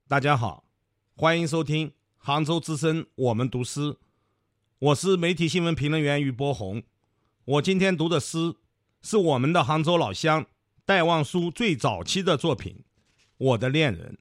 大家好，欢迎收听杭州之声我们读诗，我是媒体新闻评论员于波鸿。我今天读的诗是我们的杭州老乡戴望舒最早期的作品《我的恋人》。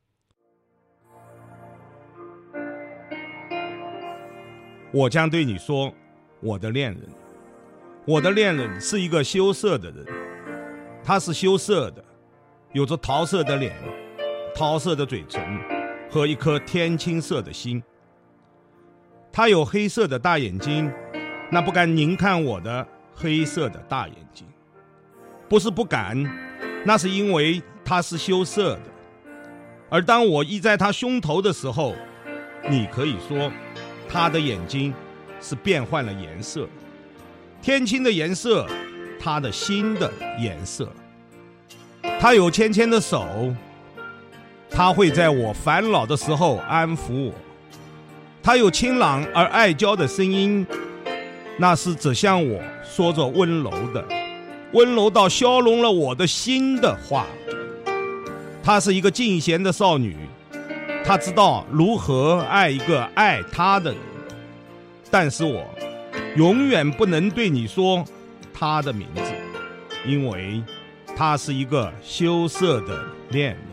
我将对你说，我的恋人，我的恋人是一个羞涩的人，他是羞涩的，有着桃色的脸，桃色的嘴唇和一颗天青色的心。他有黑色的大眼睛，那不敢凝看我的黑色的大眼睛，不是不敢，那是因为他是羞涩的。而当我依在他胸头的时候，你可以说他的眼睛是变换了颜色，天青的颜色，他的心的颜色。他有纤纤的手，他会在我烦恼的时候安抚我。他有清朗而爱娇的声音，那是指向我说着温柔的，温柔到消融了我的心的话。她是一个静闲的少女，她知道如何爱一个爱她的人，但是我永远不能对你说她的名字，因为她是一个羞涩的恋人。